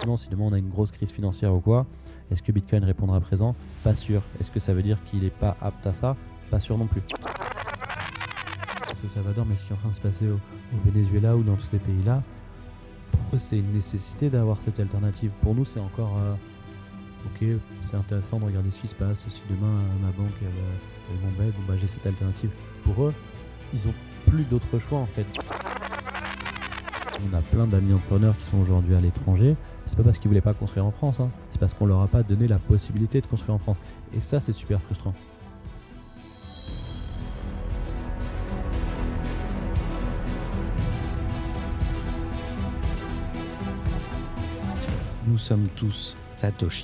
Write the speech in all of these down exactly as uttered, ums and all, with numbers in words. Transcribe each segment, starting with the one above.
effectivement, si demain on a une grosse crise financière ou quoi, est-ce que Bitcoin répondra présent? Pas sûr. Est-ce que ça veut dire qu'il n'est pas apte à ça? Pas sûr non plus. Au Salvador, mais ce qui est en train de se passer au, au Venezuela ou dans tous ces pays-là, pour eux, c'est une nécessité d'avoir cette alternative. Pour nous, c'est encore... Euh, ok, c'est intéressant de regarder ce qui se passe. Si demain, ma banque, elle, elle m'embête, bon, bah, j'ai cette alternative. Pour eux, ils n'ont plus d'autre choix, en fait. On a plein d'amis entrepreneurs qui sont aujourd'hui à l'étranger. C'est pas parce qu'ils voulaient pas construire en France, hein. C'est parce qu'on leur a pas donné la possibilité de construire en France. Et ça, c'est super frustrant. Nous sommes tous Satoshi.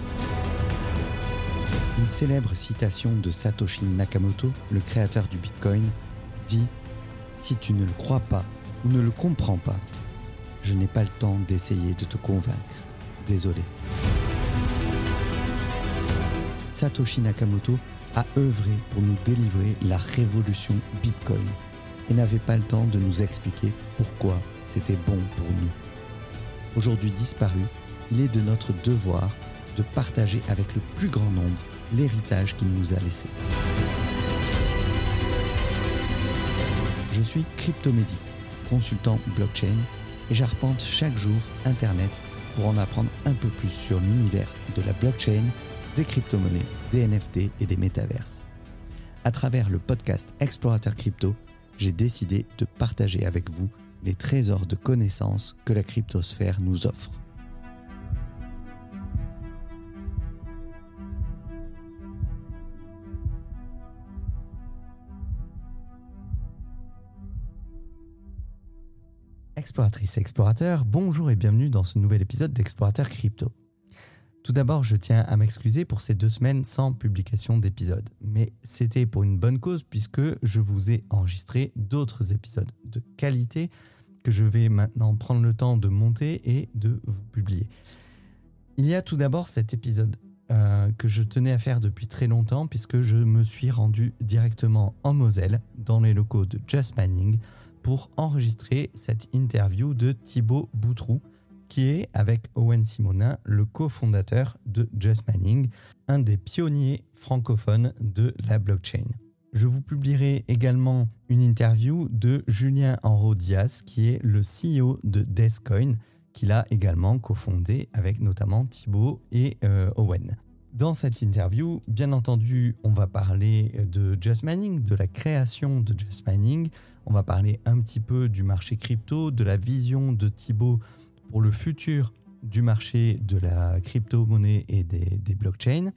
Une célèbre citation de Satoshi Nakamoto, le créateur du Bitcoin, dit « Si tu ne le crois pas ou ne le comprends pas, je n'ai pas le temps d'essayer de te convaincre. Désolé. » Satoshi Nakamoto a œuvré pour nous délivrer la révolution Bitcoin et n'avait pas le temps de nous expliquer pourquoi c'était bon pour nous. Aujourd'hui disparu, il est de notre devoir de partager avec le plus grand nombre l'héritage qu'il nous a laissé. Je suis Cryptomédic, consultant blockchain, et j'arpente chaque jour Internet pour en apprendre un peu plus sur l'univers de la blockchain, des crypto-monnaies, des N F T et des métaverses. À travers le podcast Explorateur Crypto, j'ai décidé de partager avec vous les trésors de connaissances que la cryptosphère nous offre. Exploratrice et explorateur, bonjour et bienvenue dans ce nouvel épisode d'Explorateur Crypto. Tout d'abord, je tiens à m'excuser pour ces deux semaines sans publication d'épisode. Mais c'était pour une bonne cause puisque je vous ai enregistré d'autres épisodes de qualité que je vais maintenant prendre le temps de monter et de vous publier. Il y a tout d'abord cet épisode euh, que je tenais à faire depuis très longtemps puisque je me suis rendu directement en Moselle dans les locaux de Just Mining pour enregistrer cette interview de Thibaut Boutroux, qui est, avec Owen Simonin, le cofondateur de Just Mining, un des pionniers francophones de la blockchain. Je vous publierai également une interview de Julien Enro-Diaz, qui est le C E O de Deathcoin, qu'il a également cofondé avec notamment Thibaut et euh, Owen. Dans cette interview, bien entendu, on va parler de Just Mining, de la création de Just Mining. On va parler un petit peu du marché crypto, de la vision de Thibaut pour le futur du marché de la crypto-monnaie et des, des blockchains.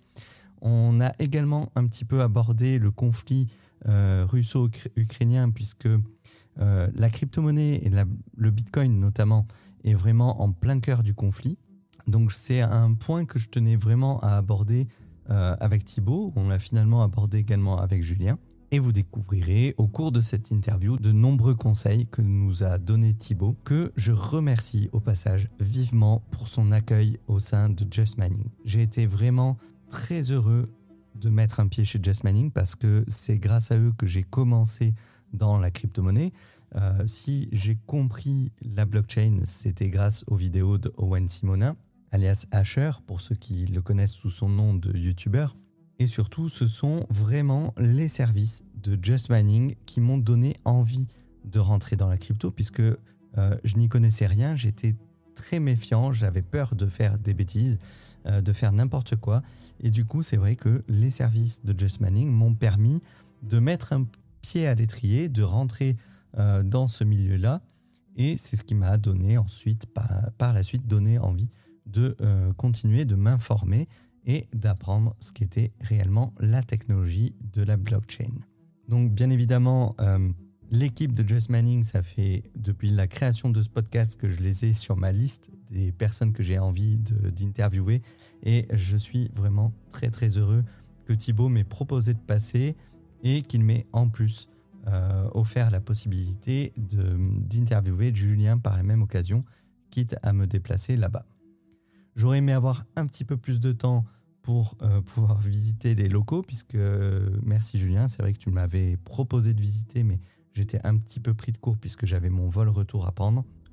On a également un petit peu abordé le conflit euh, russo-ukrainien puisque euh, la crypto-monnaie et la, le Bitcoin notamment est vraiment en plein cœur du conflit. Donc c'est un point que je tenais vraiment à aborder euh, avec Thibaut. On l'a finalement abordé également avec Julien. Et vous découvrirez au cours de cette interview de nombreux conseils que nous a donné Thibaut, que je remercie au passage vivement pour son accueil au sein de Just Mining. J'ai été vraiment très heureux de mettre un pied chez Just Mining parce que c'est grâce à eux que j'ai commencé dans la crypto-monnaie. Euh, si j'ai compris la blockchain, c'était grâce aux vidéos de Owen Simonin, alias Asher, pour ceux qui le connaissent sous son nom de youtubeur. Et surtout, ce sont vraiment les services de Just Mining qui m'ont donné envie de rentrer dans la crypto, puisque euh, je n'y connaissais rien, j'étais très méfiant, j'avais peur de faire des bêtises, euh, de faire n'importe quoi. Et du coup, c'est vrai que les services de Just Mining m'ont permis de mettre un pied à l'étrier, de rentrer euh, dans ce milieu-là. Et c'est ce qui m'a donné ensuite, par, par la suite, donné envie de euh, continuer de m'informer et d'apprendre ce qu'était réellement la technologie de la blockchain. Donc bien évidemment, euh, l'équipe de Just Mining, ça fait depuis la création de ce podcast que je les ai sur ma liste des personnes que j'ai envie de, d'interviewer et je suis vraiment très très heureux que Thibaut m'ait proposé de passer et qu'il m'ait en plus euh, offert la possibilité de, d'interviewer Julien par la même occasion, quitte à me déplacer là-bas. J'aurais aimé avoir un petit peu plus de temps pour euh, pouvoir visiter les locaux, puisque, euh, merci Julien, c'est vrai que tu m'avais proposé de visiter, mais j'étais un petit peu pris de court puisque j'avais mon vol retour à prendre.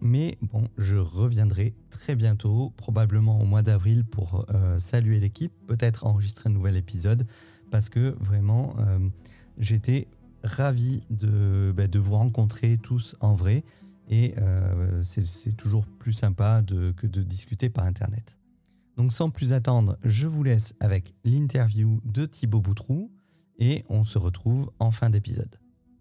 Mais bon, je reviendrai très bientôt, probablement au mois d'avril, pour euh, saluer l'équipe, peut-être enregistrer un nouvel épisode, parce que vraiment, euh, j'étais ravi de, bah, de vous rencontrer tous en vrai, et euh, c'est, c'est toujours plus sympa de, que de discuter par Internet. Donc sans plus attendre, je vous laisse avec l'interview de Thibaut Boutroux, et on se retrouve en fin d'épisode.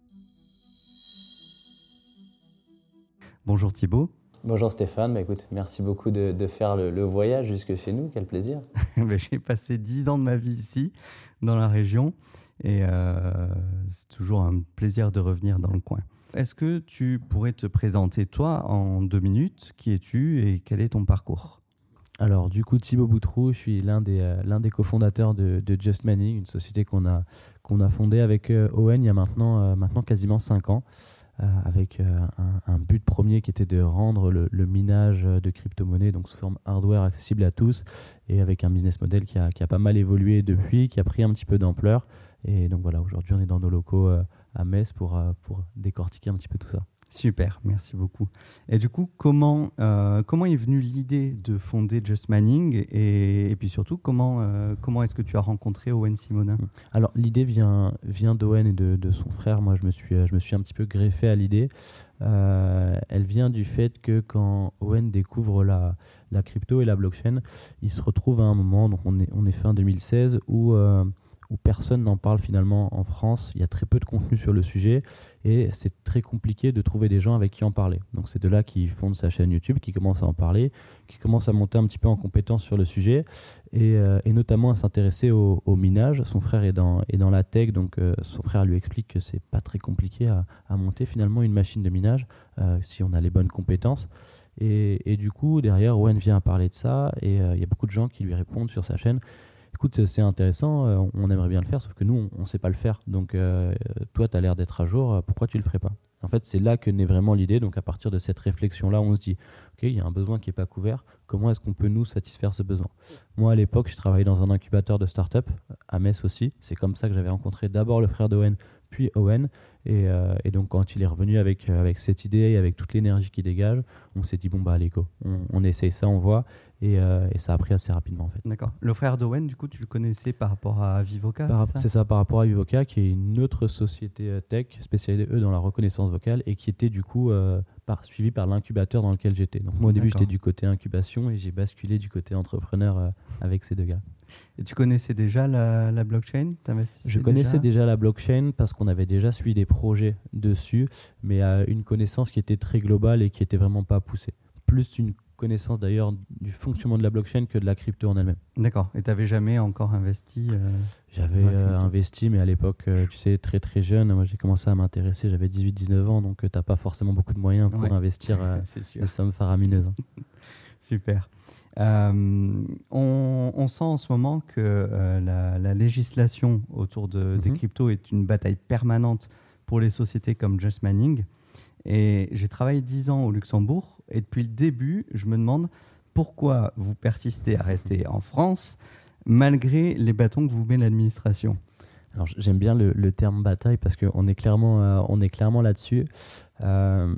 Bonjour Thibaut. Bonjour Stéphane, bah écoute, merci beaucoup de, de faire le, le voyage jusque chez nous, quel plaisir. J'ai passé dix ans de ma vie ici, dans la région, et euh, c'est toujours un plaisir de revenir dans le coin. Est-ce que tu pourrais te présenter toi en deux minutes? Qui es-tu et quel est ton parcours? Alors du coup, Thibaut Boutroux, je suis l'un des, euh, l'un des cofondateurs de, de Just Mining, une société qu'on a, qu'on a fondée avec euh, Owen il y a maintenant, euh, maintenant quasiment cinq ans. Euh, avec euh, un, un but premier qui était de rendre le, le minage de crypto-monnaies donc sous forme hardware accessible à tous, et avec un business model qui a, qui a pas mal évolué depuis, qui a pris un petit peu d'ampleur. Et donc voilà, aujourd'hui on est dans nos locaux euh, à Metz pour, euh, pour décortiquer un petit peu tout ça. Super, merci beaucoup. Et du coup, comment, euh, comment est venue l'idée de fonder Just Mining et, et puis surtout, comment, euh, comment est-ce que tu as rencontré Owen Simonin? Alors, l'idée vient, vient d'Owen et de, de son frère. Moi, je me, suis, je me suis un petit peu greffé à l'idée. Euh, elle vient du fait que quand Owen découvre la, la crypto et la blockchain, il se retrouve à un moment, donc on est, on est fin deux mille seize, où... Euh, où personne n'en parle finalement en France. Il y a très peu de contenu sur le sujet et c'est très compliqué de trouver des gens avec qui en parler. Donc c'est de là qu'il fonde sa chaîne YouTube, qui commence à en parler, qui commence à monter un petit peu en compétence sur le sujet et, euh, et notamment à s'intéresser au, au minage. Son frère est dans, est dans la tech, donc euh, son frère lui explique que c'est pas très compliqué à, à monter finalement une machine de minage euh, si on a les bonnes compétences. Et, et du coup, derrière, Owen vient parler de ça et il euh, y a beaucoup de gens qui lui répondent sur sa chaîne. Écoute, c'est intéressant, euh, on aimerait bien le faire, sauf que nous, on ne sait pas le faire. Donc, euh, toi, tu as l'air d'être à jour, pourquoi tu ne le ferais pas? En fait, c'est là que naît vraiment l'idée. Donc, à partir de cette réflexion-là, on se dit, OK, il y a un besoin qui n'est pas couvert, comment est-ce qu'on peut nous satisfaire ce besoin? Moi, à l'époque, je travaillais dans un incubateur de start-up, à Metz aussi. C'est comme ça que j'avais rencontré d'abord le frère d'Owen, puis Owen. Et, euh, et donc, quand il est revenu avec, avec cette idée et avec toute l'énergie qu'il dégage, on s'est dit, bon, bah, allez, go, on, on essaye ça, on voit. Et, euh, et ça a pris assez rapidement, en fait. D'accord. Le frère d'Owen, du coup, tu le connaissais par rapport à Vivoca, par, c'est ça? C'est ça, par rapport à Vivoca, qui est une autre société tech spécialisée, eux, dans la reconnaissance vocale et qui était, du coup, euh, par, suivie par l'incubateur dans lequel j'étais. Donc, moi, au début, D'accord. j'étais du côté incubation et j'ai basculé du côté entrepreneur euh, avec ces deux gars. Et tu connaissais déjà la, la blockchain? Je connaissais déjà, déjà la blockchain parce qu'on avait déjà suivi des projets dessus, mais à une connaissance qui était très globale et qui n'était vraiment pas poussée. Plus une connaissance d'ailleurs du fonctionnement de la blockchain que de la crypto en elle-même. D'accord. Et tu n'avais jamais encore investi euh, J'avais euh, investi, mais à l'époque, euh, tu sais, très très jeune. Moi, j'ai commencé à m'intéresser, j'avais dix-huit dix-neuf ans, donc euh, tu n'as pas forcément beaucoup de moyens pour ouais. investir euh, des sommes faramineuses. Hein. Super. Euh, on, on sent en ce moment que euh, la, la législation autour de, mm-hmm. des cryptos est une bataille permanente pour les sociétés comme Just Mining. Et j'ai travaillé dix ans au Luxembourg et depuis le début, je me demande pourquoi vous persistez à rester en France malgré les bâtons que vous met l'administration. Alors j'aime bien le, le terme bataille parce qu'on est clairement, euh, on est clairement là-dessus. Euh,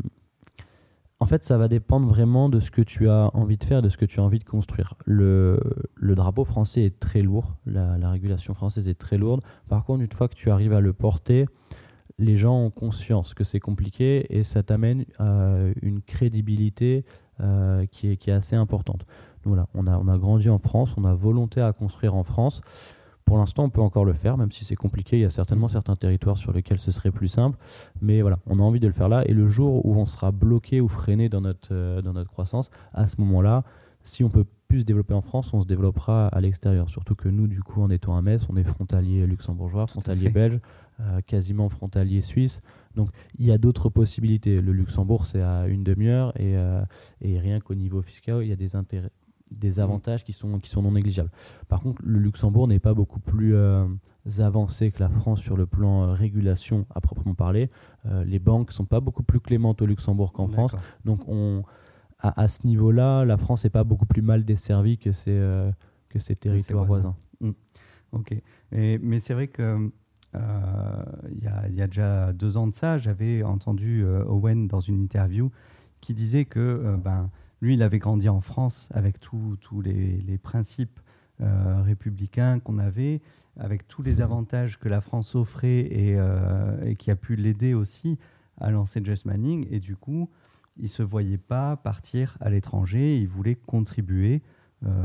en fait, ça va dépendre vraiment de ce que tu as envie de faire, de ce que tu as envie de construire. Le, le drapeau français est très lourd, la, la régulation française est très lourde. Par contre, une fois que tu arrives à le porter, les gens ont conscience que c'est compliqué et ça t'amène à une crédibilité euh, qui, est, qui est assez importante. Donc voilà, on a, on a grandi en France, on a volonté à construire en France. Pour l'instant, on peut encore le faire, même si c'est compliqué. Il y a certainement certains territoires sur lesquels ce serait plus simple. Mais voilà, on a envie de le faire là. Et le jour où on sera bloqué ou freiné dans notre, euh, dans notre croissance, à ce moment-là, si on peut plus se développer en France, on se développera à l'extérieur. Surtout que nous, du coup, en étant à Metz, on est frontalier luxembourgeois, frontalier belge, euh, quasiment frontalier suisse. Donc, il y a d'autres possibilités. Le Luxembourg, c'est à une demi-heure et, euh, et rien qu'au niveau fiscal, il y a des intérêts, des avantages qui sont, qui sont non négligeables. Par contre, le Luxembourg n'est pas beaucoup plus euh, avancé que la France sur le plan euh, régulation à proprement parler. Euh, les banques ne sont pas beaucoup plus clémentes au Luxembourg qu'en D'accord. France. Donc, on... À, à ce niveau-là, la France n'est pas beaucoup plus mal desservie que ses, euh, que ses territoires voisins. voisins. Mmh. Ok. Et, mais c'est vrai que il euh, y, y a déjà deux ans de ça, j'avais entendu euh, Owen dans une interview qui disait que euh, ben, lui, il avait grandi en France avec tous les, les principes euh, républicains qu'on avait, avec tous les avantages que la France offrait et, euh, et qui a pu l'aider aussi à lancer Just Manning. Et du coup, il ne se voyait pas partir à l'étranger. Il voulait contribuer euh,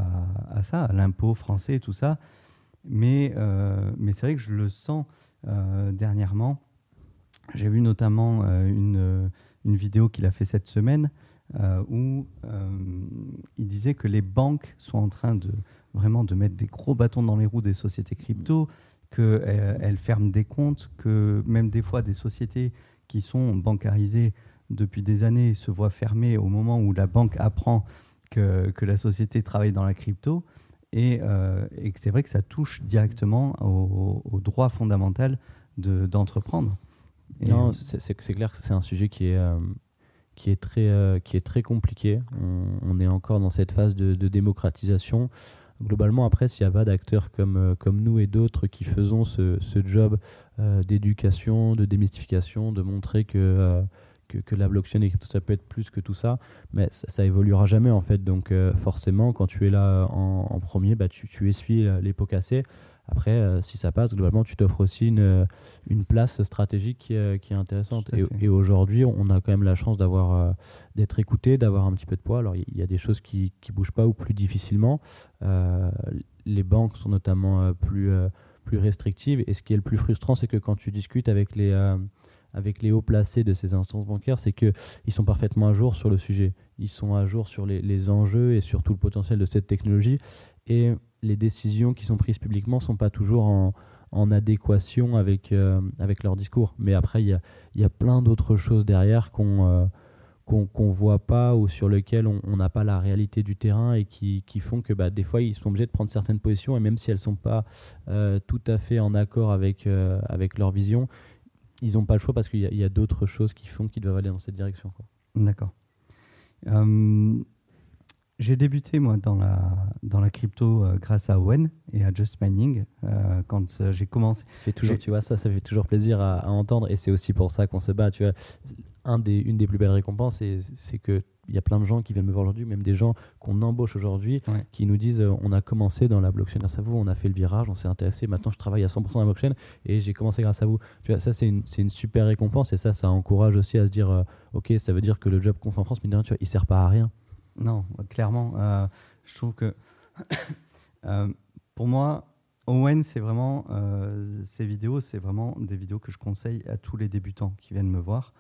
à, à ça, à l'impôt français et tout ça. Mais, euh, mais c'est vrai que je le sens euh, dernièrement. J'ai vu notamment euh, une, une vidéo qu'il a fait cette semaine euh, où euh, il disait que les banques sont en train de vraiment de mettre des gros bâtons dans les roues des sociétés crypto, qu'elles elles ferment des comptes, que même des fois des sociétés qui sont bancarisées depuis des années se voient fermer au moment où la banque apprend que, que la société travaille dans la crypto. Et, euh, et que c'est vrai que ça touche directement au, au droit fondamental de, d'entreprendre. Et non, c'est, c'est, c'est clair que c'est un sujet qui est, euh, qui est, très, euh, qui est très compliqué. On, on est encore dans cette phase de, de démocratisation. Globalement, après, s'il n'y a pas d'acteurs comme, euh, comme nous et d'autres qui faisons ce, ce job euh, d'éducation, de démystification, de montrer que... Euh, Que, que la blockchain et que ça peut être plus que tout ça, mais ça, ça évoluera jamais en fait. Donc euh, forcément, quand tu es là en, en premier, bah, tu, tu essuies les pots cassés. Après, euh, si ça passe, globalement, tu t'offres aussi une, une place stratégique qui est, qui est intéressante. Et, et aujourd'hui, on a quand même la chance d'avoir, euh, d'être écouté, d'avoir un petit peu de poids. Alors, il y, y a des choses qui ne bougent pas ou plus difficilement. Euh, les banques sont notamment euh, plus, euh, plus restrictives. Et ce qui est le plus frustrant, c'est que quand tu discutes avec les... Euh, avec les hauts placés de ces instances bancaires, c'est qu'ils sont parfaitement à jour sur le sujet. Ils sont à jour sur les, les enjeux et sur tout le potentiel de cette technologie. Et les décisions qui sont prises publiquement ne sont pas toujours en, en adéquation avec, euh, avec leur discours. Mais après, il y a, y a plein d'autres choses derrière qu'on euh, qu'on qu'on voit pas ou sur lesquelles on n'a pas la réalité du terrain et qui, qui font que bah, des fois, ils sont obligés de prendre certaines positions. Et même si elles ne sont pas euh, tout à fait en accord avec, euh, avec leur vision, ils n'ont pas le choix parce qu'il y a, y a d'autres choses qui font qu'ils doivent aller dans cette direction, quoi. D'accord. Euh, j'ai débuté, moi, dans la, dans la crypto euh, grâce à Owen et à Just Mining. Euh, quand euh, j'ai commencé... Ça fait toujours, tu vois, ça, ça fait toujours plaisir à, à entendre. Et c'est aussi pour ça qu'on se bat. Tu vois. Un des, une des plus belles récompenses, c'est, c'est que il y a plein de gens qui viennent me voir aujourd'hui, même des gens qu'on embauche aujourd'hui, ouais. qui nous disent euh, on a commencé dans la blockchain grâce à vous, on a fait le virage, on s'est intéressé, maintenant je travaille à cent pour cent dans la blockchain et j'ai commencé grâce à vous. Tu vois, ça c'est une, c'est une super récompense et ça, ça encourage aussi à se dire euh, ok, ça veut dire que le job qu'on fait en France, mine de rien, tu vois, il sert pas à rien. Non, clairement, euh, je trouve que euh, pour moi, Owen, c'est vraiment euh, ces vidéos, c'est vraiment des vidéos que je conseille à tous les débutants qui viennent me voir.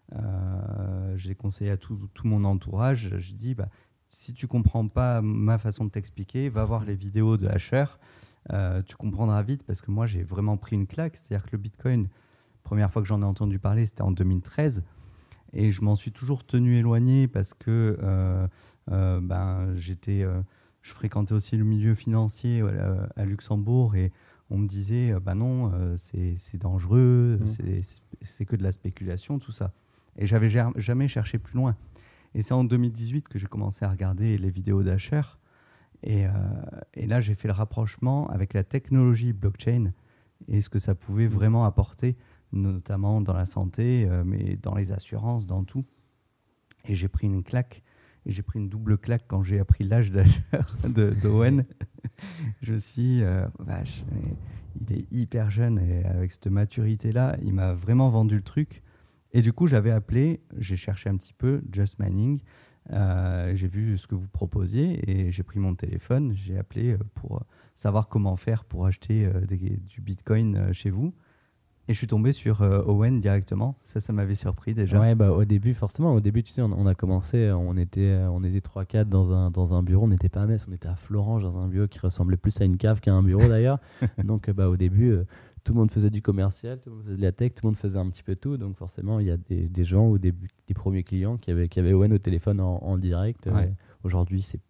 Euh, j'ai conseillé à tout, tout mon entourage. Je dis, bah, si tu comprends pas ma façon de t'expliquer, va voir les vidéos de Asher. Euh, tu comprendras vite parce que moi, j'ai vraiment pris une claque. C'est-à-dire que le Bitcoin, première fois que j'en ai entendu parler, c'était en deux mille treize. Et je m'en suis toujours tenu éloigné parce que euh, euh, ben, j'étais, euh, je fréquentais aussi le milieu financier euh, à Luxembourg et on me disait, euh, bah non, euh, c'est, c'est dangereux, mmh. c'est, c'est, c'est que de la spéculation, tout ça. Et j'avais jamais cherché plus loin. Et c'est en deux mille dix-huit que j'ai commencé à regarder les vidéos d'Asher. Et, euh, et là, j'ai fait le rapprochement avec la technologie blockchain et ce que ça pouvait vraiment apporter, notamment dans la santé, euh, mais dans les assurances, dans tout. Et j'ai pris une claque. Et j'ai pris une double claque quand j'ai appris l'âge d'Asher de, d'Owen. Je me suis dit, euh, vache, il est hyper jeune et avec cette maturité-là, il m'a vraiment vendu le truc. Et du coup, j'avais appelé, j'ai cherché un petit peu Just Mining, euh, j'ai vu ce que vous proposiez et j'ai pris mon téléphone, j'ai appelé pour savoir comment faire pour acheter euh, des, du Bitcoin euh, chez vous. Et je suis tombé sur euh, Owen directement. Ça, ça m'avait surpris déjà. Ouais, bah, au début, forcément, au début, tu sais, on, on a commencé, on était, on était trois quatre dans un, dans un bureau. On n'était pas à Metz, on était à Florange dans un bureau qui ressemblait plus à une cave qu'à un bureau d'ailleurs. Donc, bah, au début, euh, tout le monde faisait du commercial, tout le monde faisait de la tech, tout le monde faisait un petit peu tout. Donc, forcément, il y a des, des gens ou des, des premiers clients qui avaient, qui avaient Owen au téléphone en, en direct. Ouais. Euh, aujourd'hui, c'est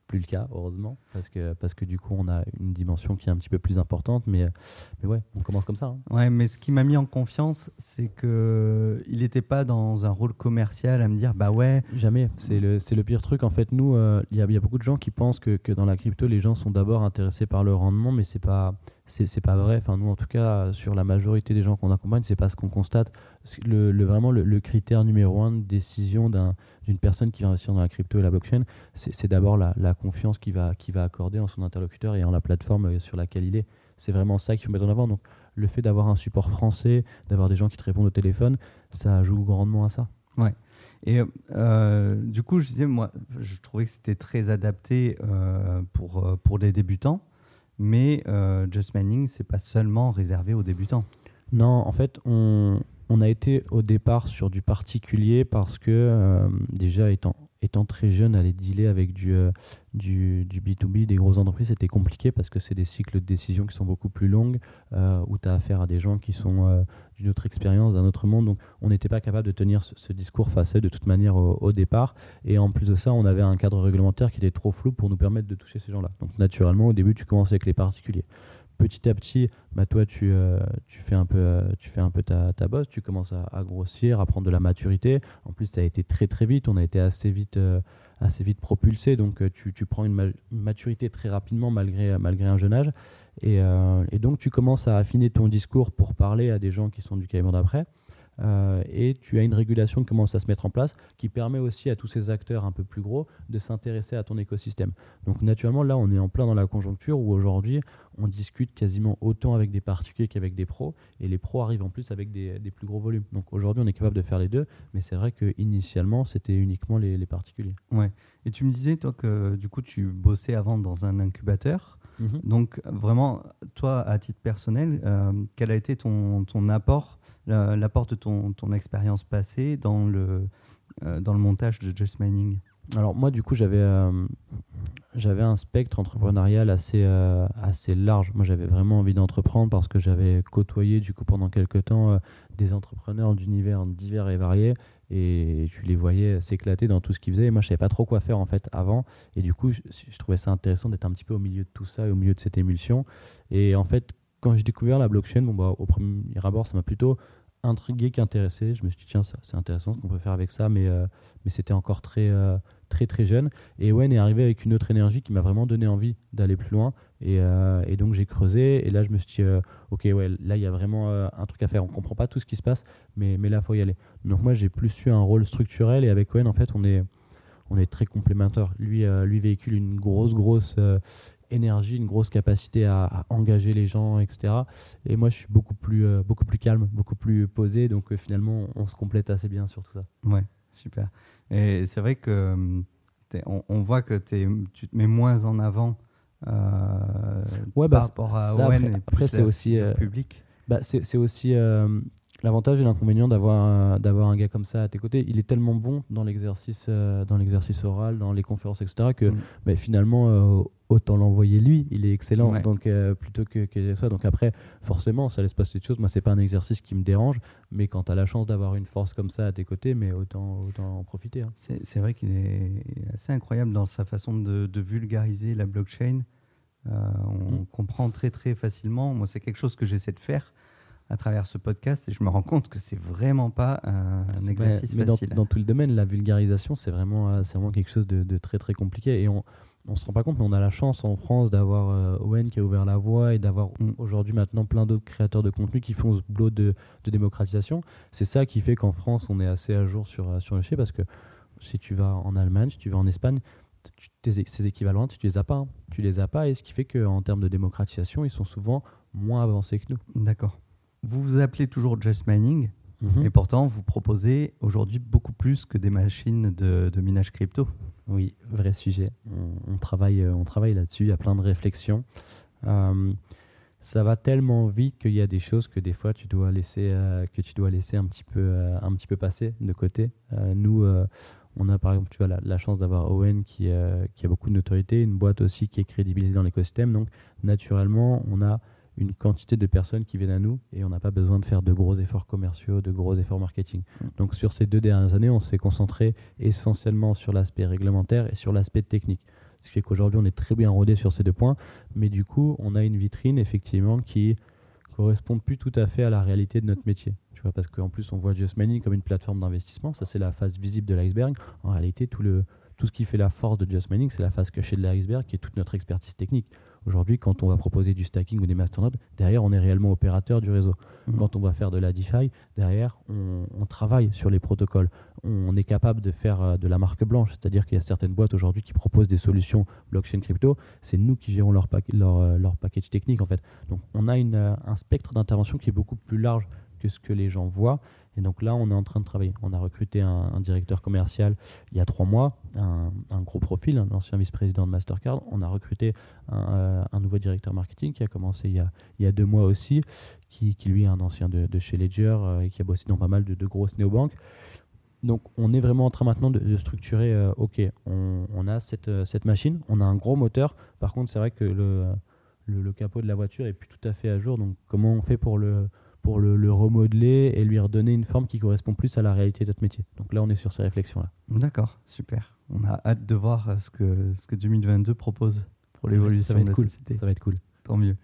plus le cas, heureusement, parce que, parce que du coup, on a une dimension qui est un petit peu plus importante. Mais, mais ouais, on commence comme ça. Hein. Ouais, mais ce qui m'a mis en confiance, c'est qu'il n'était pas dans un rôle commercial à me dire bah ouais. Jamais. C'est le, c'est le pire truc. En fait, nous, il euh, y, y a beaucoup de gens qui pensent que, que dans la crypto, les gens sont d'abord intéressés par le rendement, mais c'est pas. C'est, c'est pas vrai. Enfin, nous, en tout cas, sur la majorité des gens qu'on accompagne, c'est pas ce qu'on constate. Le, le, vraiment, le, le critère numéro un de décision d'un, d'une personne qui va investir dans la crypto et la blockchain, c'est, c'est d'abord la, la confiance qu'il va, qu'il va accorder en son interlocuteur et en la plateforme sur laquelle il est. C'est vraiment ça qu'il faut mettre en avant. Donc, le fait d'avoir un support français, d'avoir des gens qui te répondent au téléphone, ça joue grandement à ça. Ouais. Et euh, du coup, je disais, moi, je trouvais que c'était très adapté euh, pour, pour les débutants. Mais euh, Just Mining, c'est pas seulement réservé aux débutants. Non, en fait, on, on a été au départ sur du particulier parce que euh, déjà étant, étant très jeune, aller dealer avec du, euh, du, du B deux B, des grosses entreprises, c'était compliqué parce que c'est des cycles de décision qui sont beaucoup plus longues, euh, où tu as affaire à des gens qui sont euh, d'une autre expérience, d'un autre monde. Donc, on n'était pas capable de tenir ce, ce discours face à eux de toute manière au, au départ. Et en plus de ça, on avait un cadre réglementaire qui était trop flou pour nous permettre de toucher ces gens-là. Donc, naturellement, au début, tu commences avec les particuliers. Petit à petit, bah toi, tu, euh, tu fais un peu, euh, tu fais un peu ta, ta bosse, tu commences à, à grossir, à prendre de la maturité. En plus, ça a été très très vite, on a été assez vite, euh, assez vite propulsé, donc euh, tu, tu prends une, ma- une maturité très rapidement malgré, malgré un jeune âge. Et, euh, et donc, tu commences à affiner ton discours pour parler à des gens qui sont du calibre d'après. Euh, et tu as une régulation qui commence à se mettre en place qui permet aussi à tous ces acteurs un peu plus gros de s'intéresser à ton écosystème. Donc naturellement, là, on est en plein dans la conjoncture où aujourd'hui, on discute quasiment autant avec des particuliers qu'avec des pros, et les pros arrivent en plus avec des, des plus gros volumes. Donc aujourd'hui, on est capable de faire les deux, mais c'est vrai qu'initialement, c'était uniquement les, les particuliers. Ouais. Et tu me disais, toi, que du coup, tu bossais avant dans un incubateur. Mmh. Donc vraiment, toi, à titre personnel, euh, quel a été ton, ton apport, la, l'apport de ton, ton expérience passée dans le, euh, dans le montage de Just Mining? Alors moi, du coup, j'avais, euh, j'avais un spectre entrepreneurial assez, euh, assez large. Moi, j'avais vraiment envie d'entreprendre parce que j'avais côtoyé du coup pendant quelques temps euh, des entrepreneurs d'univers divers et variés, et tu les voyais s'éclater dans tout ce qu'ils faisaient. Et moi, je savais pas trop quoi faire en fait avant, et du coup, je, je trouvais ça intéressant d'être un petit peu au milieu de tout ça et au milieu de cette émulsion. Et en fait, quand j'ai découvert la blockchain, bon, bah, au premier abord, ça m'a plutôt intrigué qu'intéressé. Je me suis dit, tiens, ça, c'est intéressant ce qu'on peut faire avec ça, mais, euh, mais c'était encore très, euh, très, très jeune. Et Owen est arrivé avec une autre énergie qui m'a vraiment donné envie d'aller plus loin. Et, euh, et donc, j'ai creusé. Et là, je me suis dit, euh, OK, ouais, là, il y a vraiment euh, un truc à faire. On ne comprend pas tout ce qui se passe, mais, mais là, il faut y aller. Donc, moi, j'ai plus eu un rôle structurel. Et avec Owen, en fait, on est, on est très complémentaires. Lui, euh, lui véhicule une grosse, grosse euh, énergie, une grosse capacité à, à engager les gens, et cetera. Et moi, je suis beaucoup plus, euh, beaucoup plus calme, beaucoup plus posé. Donc, euh, finalement, on se complète assez bien sur tout ça. Ouais, super. Et c'est vrai que t'es, on, on voit que t'es, tu te mets moins en avant euh, Ouais, par bah, rapport à ça, Owen. après, Et après, plus c'est la aussi, figure euh, publique. bah, c'est, c'est aussi euh, l'avantage et l'inconvénient d'avoir, euh, d'avoir un gars comme ça à tes côtés. Il est tellement bon dans l'exercice, euh, dans l'exercice oral, dans les conférences, et cetera, que Mm. bah, finalement, euh, autant l'envoyer lui. Il est excellent, Ouais. donc, euh, plutôt que, que ça. Donc après, forcément, ça laisse passer de choses. Moi, c'est pas un exercice qui me dérange, mais quand tu as la chance d'avoir une force comme ça à tes côtés, mais autant, autant en profiter. Hein. C'est, c'est vrai qu'il est assez incroyable dans sa façon de, de vulgariser la blockchain. Euh, on Mm. comprend très très facilement. Moi, c'est quelque chose que j'essaie de faire à travers ce podcast, et je me rends compte que c'est vraiment pas un, un exercice mais, mais facile. Dans, dans tout le domaine, la vulgarisation, c'est vraiment, euh, c'est vraiment quelque chose de, de très très compliqué. Et on ne se rend pas compte, mais on a la chance en France d'avoir euh, Owen qui a ouvert la voie, et d'avoir Mm. aujourd'hui maintenant plein d'autres créateurs de contenu qui font ce boulot de, de démocratisation. C'est ça qui fait qu'en France, on est assez à jour sur, euh, sur le sujet, parce que si tu vas en Allemagne, si tu vas en Espagne, tu, tes, ces équivalents, tu les as pas. Hein. Tu les as pas, et ce qui fait qu'en termes de démocratisation, ils sont souvent moins avancés que nous. D'accord. Vous vous appelez toujours Just Mining, Mhm. et pourtant vous proposez aujourd'hui beaucoup plus que des machines de, de minage crypto. Oui, vrai sujet. On, on travaille, euh, on travaille là-dessus. Il y a plein de réflexions. Euh, ça va tellement vite qu'il y a des choses que des fois tu dois laisser, euh, que tu dois laisser un petit peu, euh, un petit peu passer de côté. Euh, nous, euh, on a par exemple, tu vois, la, la chance d'avoir Owen qui, euh, qui a beaucoup de notoriété, une boîte aussi qui est crédibilisée dans l'écosystème. Donc, naturellement, on a une quantité de personnes qui viennent à nous, et on n'a pas besoin de faire de gros efforts commerciaux, de gros efforts marketing. Mm. Donc sur ces deux dernières années, on s'est concentré essentiellement sur l'aspect réglementaire et sur l'aspect technique. Ce qui fait qu'aujourd'hui, on est très bien rodé sur ces deux points. Mais du coup, on a une vitrine, effectivement, qui correspond plus tout à fait à la réalité de notre métier. Tu vois, parce qu'en plus, on voit Just Mining comme une plateforme d'investissement. Ça, c'est la face visible de l'iceberg. En réalité, tout, le, tout ce qui fait la force de Just Mining, c'est la face cachée de l'iceberg, qui est toute notre expertise technique. Aujourd'hui, quand on va proposer du stacking ou des masternodes, derrière, on est réellement opérateur du réseau. Mmh. Quand on va faire de la DeFi, derrière, on, on travaille sur les protocoles. On est capable de faire de la marque blanche, c'est-à-dire qu'il y a certaines boîtes aujourd'hui qui proposent des solutions blockchain crypto. C'est nous qui gérons leur, pack- leur, leur package technique, en fait. Donc, on a une, un spectre d'intervention qui est beaucoup plus large que ce que les gens voient. Et donc là, on est en train de travailler. On a recruté un, un directeur commercial il y a trois mois, un, un gros profil, un ancien vice-président de Mastercard. On a recruté un, euh, un nouveau directeur marketing qui a commencé il y a, il y a deux mois aussi, qui, qui lui est un ancien de, de chez Ledger euh, et qui a bossé dans pas mal de, de grosses néobanques. Donc on est vraiment en train maintenant de, de structurer, euh, ok, on, on a cette, euh, cette machine, on a un gros moteur. Par contre, c'est vrai que le, le, le capot de la voiture est plus tout à fait à jour. Donc comment on fait pour le... pour le, le remodeler et lui redonner une forme qui correspond plus à la réalité de notre métier. Donc là, on est sur ces réflexions-là. D'accord, super. On a hâte de voir ce que, ce que deux mille vingt-deux propose pour l'évolution ça va être de la cool. société. Ça va être cool. Tant mieux.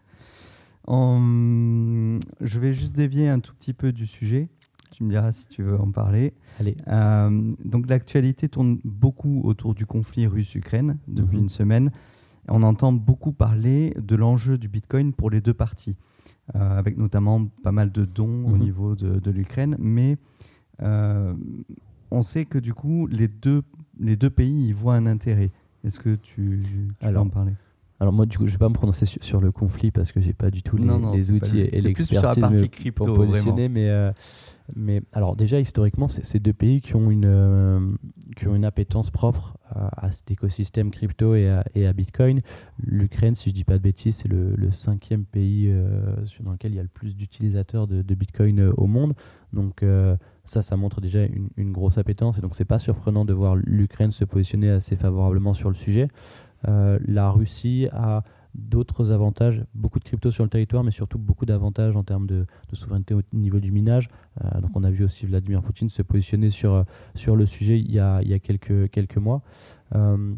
En... Je vais juste dévier un tout petit peu du sujet. Tu me diras si tu veux en parler. Allez. Euh, donc l'actualité tourne beaucoup autour du conflit russe-Ukraine depuis mmh. une semaine. On entend beaucoup parler de l'enjeu du Bitcoin pour les deux parties. Euh, avec notamment pas mal de dons mmh. au niveau de, de l'Ukraine, mais euh, on sait que du coup, les deux, les deux pays y voient un intérêt. Est-ce que tu, tu alors, peux en parler ? Alors moi, du coup, je ne vais pas me prononcer sur, sur le conflit parce que je n'ai pas du tout les, non, non, les outils et l'expertise crypto, pour positionner, mais, euh, mais alors déjà, historiquement, c'est ces deux pays qui ont une, euh, qui ont une appétence propre à, à cet écosystème crypto et à, et à Bitcoin. L'Ukraine, si je ne dis pas de bêtises, c'est le, le cinquième pays euh, dans lequel il y a le plus d'utilisateurs de, de Bitcoin euh, au monde. Donc euh, ça, ça montre déjà une, une grosse appétence. Et donc, ce n'est pas surprenant de voir l'Ukraine se positionner assez favorablement sur le sujet. Euh, la Russie a d'autres avantages, beaucoup de crypto sur le territoire, mais surtout beaucoup d'avantages en termes de, de souveraineté au niveau du minage. Euh, donc on a vu aussi Vladimir Poutine se positionner sur, sur le sujet il y a, il y a quelques, quelques mois. Euh,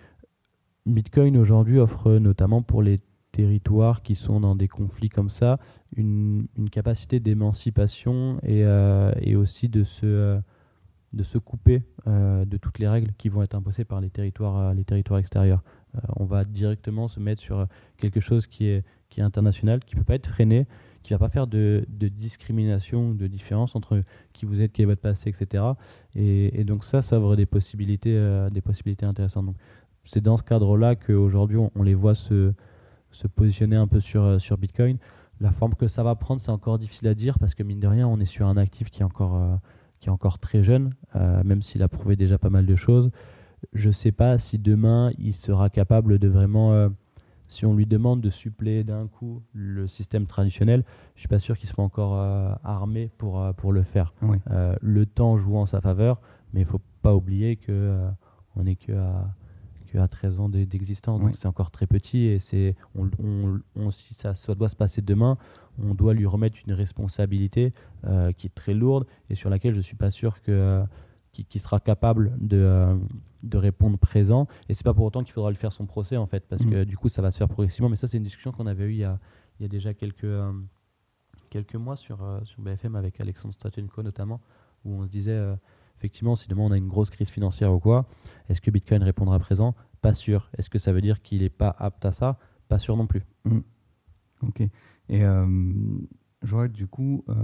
Bitcoin aujourd'hui offre notamment pour les territoires qui sont dans des conflits comme ça une, une capacité d'émancipation et, euh, et aussi de se... Euh, de se couper euh, de toutes les règles qui vont être imposées par les territoires, euh, les territoires extérieurs. Euh, on va directement se mettre sur quelque chose qui est, qui est international, qui ne peut pas être freiné, qui ne va pas faire de, de discrimination, de différence entre qui vous êtes, qui est votre passé, et cetera. Et, et donc ça, ça ouvre des possibilités, euh, des possibilités intéressantes. Donc, c'est dans ce cadre-là qu'aujourd'hui, on, on les voit se, se positionner un peu sur, sur Bitcoin. La forme que ça va prendre, c'est encore difficile à dire parce que mine de rien, on est sur un actif qui est encore... Euh, qui est encore très jeune, euh, même s'il a prouvé déjà pas mal de choses. Je ne sais pas si demain, il sera capable de vraiment... Euh, si on lui demande de suppléer d'un coup le système traditionnel, je ne suis pas sûr qu'il soit encore euh, armé pour, euh, pour le faire. Oui. Euh, le temps joue en sa faveur, mais il ne faut pas oublier qu'on euh, n'est qu'à que à treize ans d'existence, donc oui. C'est encore très petit et c'est, on, on, on, si ça, ça doit se passer demain, on doit lui remettre une responsabilité euh, qui est très lourde et sur laquelle je ne suis pas sûr que, euh, qu'il, qu'il sera capable de, euh, de répondre présent. Et ce n'est pas pour autant qu'il faudra lui faire son procès en fait, parce mmh. que du coup ça va se faire progressivement. Mais ça c'est une discussion qu'on avait eue il y a, il y a déjà quelques, euh, quelques mois sur, euh, sur B F M avec Alexandre Strachenko notamment, où on se disait... Euh, effectivement, si demain on a une grosse crise financière ou quoi, est-ce que Bitcoin répondra présent ? Pas sûr. Est-ce que ça veut dire qu'il n'est pas apte à ça ? Pas sûr non plus. Mmh. Ok. Et euh, je vois que du coup, euh,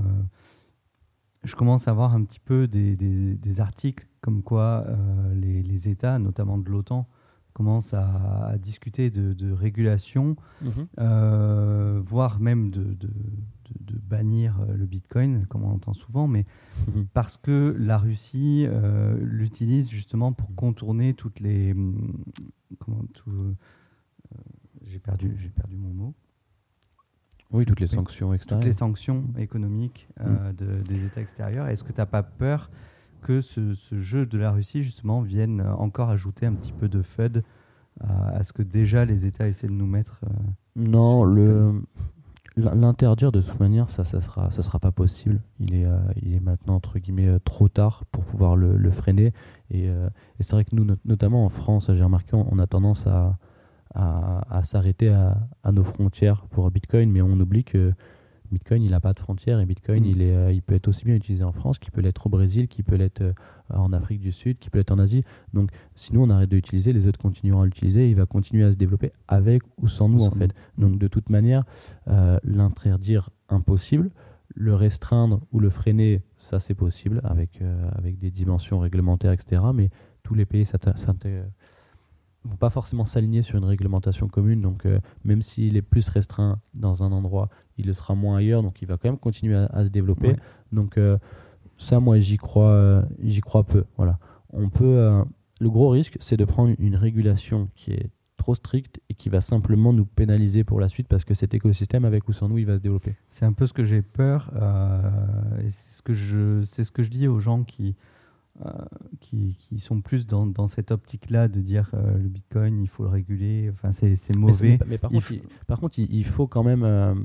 je commence à voir un petit peu des, des, des articles comme quoi euh, les, les États, notamment de l'OTAN, commencent à, à discuter de, de régulation, mmh. euh, voire même de... de de bannir le Bitcoin, comme on entend souvent, mais mmh. parce que la Russie euh, l'utilise justement pour contourner toutes les... Comment, tout, euh, j'ai, perdu, j'ai perdu mon mot. Oui, toutes les sanctions extérieures. Toutes les sanctions économiques euh, mmh. de, des États extérieurs. Est-ce que tu n'as pas peur que ce, ce jeu de la Russie, justement, vienne encore ajouter un petit peu de F U D à, à ce que déjà les États essaient de nous mettre euh, Non, le... l'interdire de toute manière, ça, ça sera, ça sera pas possible. Il est, euh, il est maintenant entre guillemets euh, trop tard pour pouvoir le, le freiner. Et, euh, et c'est vrai que nous, not- notamment en France, j'ai remarqué, on, on a tendance à, à, à s'arrêter à, à nos frontières pour Bitcoin, mais on oublie que Bitcoin, il n'a pas de frontières et Bitcoin, Mm. il, est, euh, il peut être aussi bien utilisé en France, qu'il peut l'être au Brésil, qu'il peut l'être euh, en Afrique du Sud, qu'il peut l'être en Asie. Donc, si nous, on arrête de l'utiliser, les autres continueront à l'utiliser, il va continuer à se développer avec ou sans nous, Ou en sans fait. nous. Donc, de toute manière, euh, l'interdire, impossible. Le restreindre ou le freiner, ça, c'est possible, avec, euh, avec des dimensions réglementaires, et cetera. Mais tous les pays s'atta- s'inté- vont pas forcément s'aligner sur une réglementation commune. Donc, euh, même s'il est plus restreint dans un endroit, il le sera moins ailleurs. Donc, il va quand même continuer à, à se développer. Ouais. Donc, euh, ça, moi, j'y crois, euh, j'y crois peu. Voilà. On peut, euh, le gros risque, c'est de prendre une régulation qui est trop stricte et qui va simplement nous pénaliser pour la suite parce que cet écosystème, avec ou sans nous, il va se développer. C'est un peu ce que j'ai peur. euh, et c'est ce que je, c'est ce que je dis aux gens qui, euh, qui, qui sont plus dans, dans cette optique-là de dire euh, le Bitcoin, il faut le réguler. Enfin, c'est, c'est Mais, c'est- mauvais. mais par, Il contre, faut- il, par contre, il, il faut quand même, euh,